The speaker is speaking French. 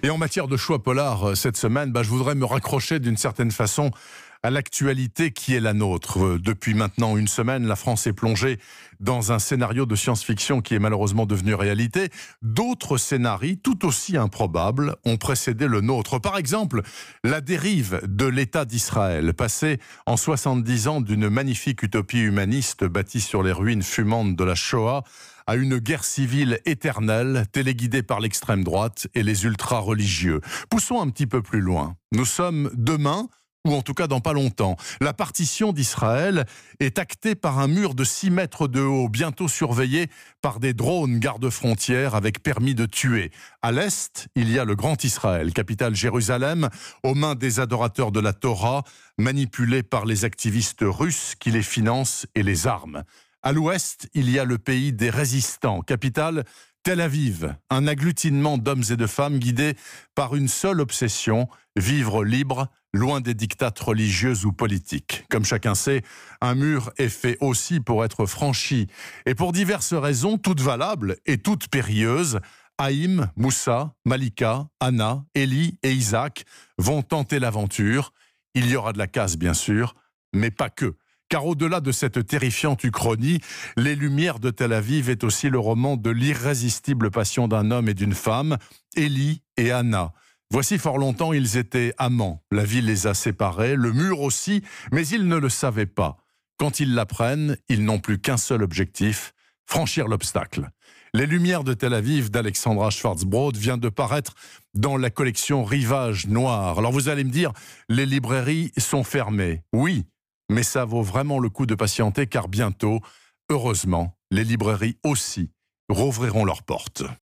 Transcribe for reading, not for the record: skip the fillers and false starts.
Et en matière de choix polar, cette semaine, je voudrais me raccrocher d'une certaine façon à l'actualité qui est la nôtre. Depuis maintenant une semaine, la France est plongée dans un scénario de science-fiction qui est malheureusement devenu réalité. D'autres scénarios, tout aussi improbables, ont précédé le nôtre. Par exemple, la dérive de l'État d'Israël, passé en 70 ans d'une magnifique utopie humaniste bâtie sur les ruines fumantes de la Shoah, à une guerre civile éternelle, téléguidée par l'extrême droite et les ultra-religieux. Poussons un petit peu plus loin. Nous sommes demain, ou en tout cas dans pas longtemps. La partition d'Israël est actée par un mur de 6 mètres de haut, bientôt surveillé par des drones garde-frontières avec permis de tuer. À l'est, il y a le Grand Israël, capitale Jérusalem, aux mains des adorateurs de la Torah, manipulés par les activistes russes qui les financent et les arment. À l'ouest, il y a le pays des résistants, capitale Tel Aviv, un agglutinement d'hommes et de femmes guidés par une seule obsession, vivre libre, loin des dictates religieux ou politiques. Comme chacun sait, un mur est fait aussi pour être franchi. Et pour diverses raisons, toutes valables et toutes périlleuses, Haïm, Moussa, Malika, Anna, Élie et Isaac vont tenter l'aventure. Il y aura de la casse, bien sûr, mais pas que. Car au-delà de cette terrifiante uchronie, Les Lumières de Tel Aviv est aussi le roman de l'irrésistible passion d'un homme et d'une femme, Élie et Anna. Voici fort longtemps, ils étaient amants. La vie les a séparés, le mur aussi, mais ils ne le savaient pas. Quand ils l'apprennent, ils n'ont plus qu'un seul objectif, franchir l'obstacle. Les Lumières de Tel Aviv d'Alexandra Schwarzbrod vient de paraître dans la collection Rivage Noir. Alors vous allez me dire, les librairies sont fermées. Oui, mais ça vaut vraiment le coup de patienter car bientôt, heureusement, les librairies aussi rouvriront leurs portes.